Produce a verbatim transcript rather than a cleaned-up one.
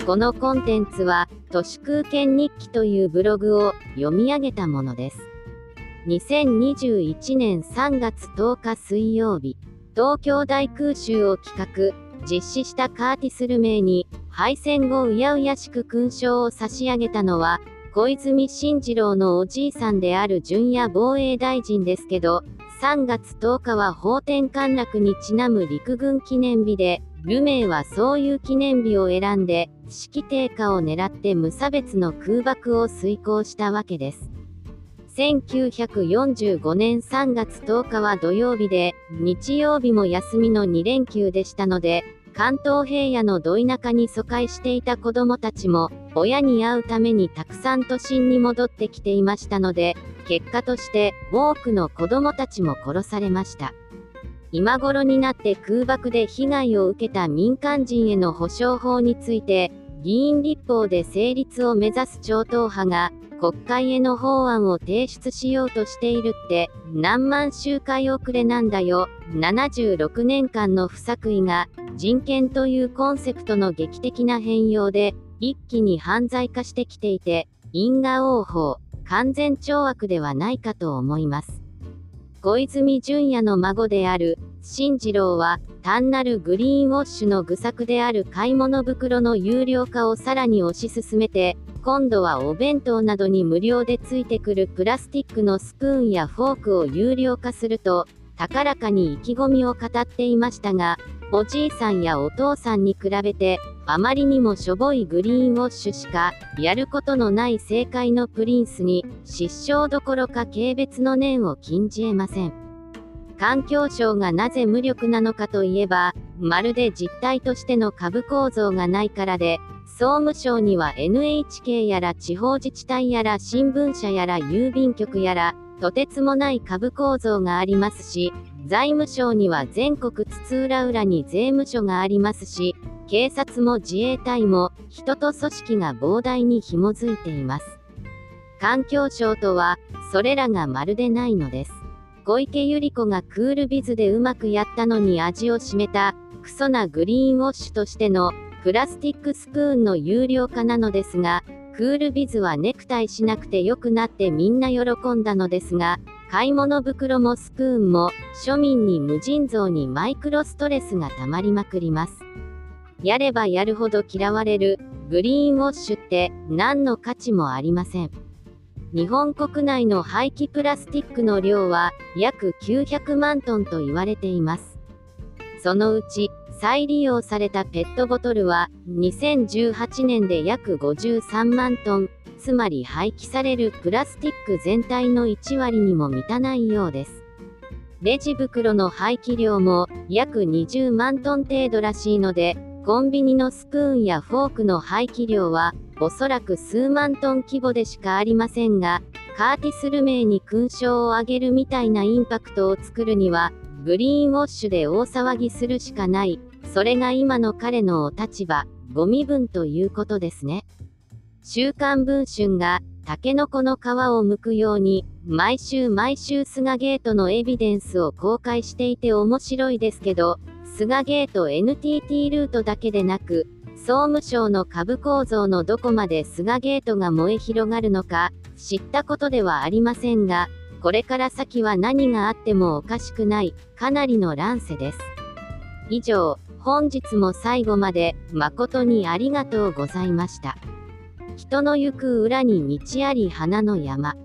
このコンテンツは都市空間日記というブログを読み上げたものです。にせんにじゅういちねんさんがつとおか水曜日、東京大空襲を企画、実施したカーティス・ルメイに敗戦後うやうやしく勲章を差し上げたのは小泉進次郎のおじいさんである淳也防衛大臣ですけど、さんがつとおかは奉天陥落にちなむ陸軍記念日で、ルメイはそういう記念日を選んで士気低下を狙って無差別の空爆を遂行したわけです。せんきゅうひゃくよんじゅうごねんさんがつとおかは土曜日で、日曜日も休みのにれんきゅうでしたので、関東平野のど田舎に疎開していた子どもたちも親に会うためにたくさん都心に戻ってきていましたので、結果として多くの子どもたちも殺されました。今頃になって空爆で被害を受けた民間人への補償法について議員立法で成立を目指す超党派が国会への法案を提出しようとしているって何万周回遅れなんだよ。ななじゅうろくねんかんの不作為が人権というコンセプトの劇的な変容で一気に犯罪化してきていて、因果応報、完全懲悪ではないかと思います。小泉淳也の孫である進次郎は単なるグリーンウォッシュの愚策である買い物袋の有料化をさらに推し進めて、今度はお弁当などに無料でついてくるプラスチックのスプーンやフォークを有料化すると高らかに意気込みを語っていましたが、おじいさんやお父さんに比べてあまりにもしょぼいグリーンウォッシュしかやることのない政界のプリンスに失笑どころか軽蔑の念を禁じ得ません。環境省がなぜ無力なのかといえば、まるで実態としての株構造がないからで、総務省には エヌエイチケー やら地方自治体やら新聞社やら郵便局やらとてつもない株構造がありますし、財務省には全国津々浦々に税務署がありますし、警察も自衛隊も人と組織が膨大に紐づいています。環境省とはそれらがまるでないのです。小池百合子がクールビズでうまくやったのに味を占めたクソなグリーンウォッシュとしてのプラスチックスプーンの有料化なのですが、クールビズはネクタイしなくてよくなってみんな喜んだのですが、買い物袋もスプーンも庶民に無尽蔵にマイクロストレスがたまりまくります。やればやるほど嫌われるグリーンウォッシュって何の価値もありません。日本国内の廃棄プラスチックの量は約きゅうひゃくまんトンと言われています。そのうち再利用されたペットボトルはにせんじゅうはちねんで約ごじゅうさんまんトン、つまり廃棄されるプラスチック全体のいちわりにも満たないようです。レジ袋の廃棄量も約にじゅうまんトン程度らしいので、コンビニのスプーンやフォークの廃棄量はおそらく数万トン規模でしかありませんが、カーティス・ルメイに勲章をあげるみたいなインパクトを作るには、グリーンウォッシュで大騒ぎするしかない。それが今の彼のお立場、ご身分ということですね。週刊文春がタケノコの皮を剥くように毎週毎週菅ゲートのエビデンスを公開していて面白いですけど、菅ゲート エヌティーティー ルートだけでなく、総務省の株構造のどこまで菅ゲートが燃え広がるのか知ったことではありませんが、これから先は何があってもおかしくないかなりの乱世です。以上、本日も最後まで誠にありがとうございました。人の行く裏に道あり花の山。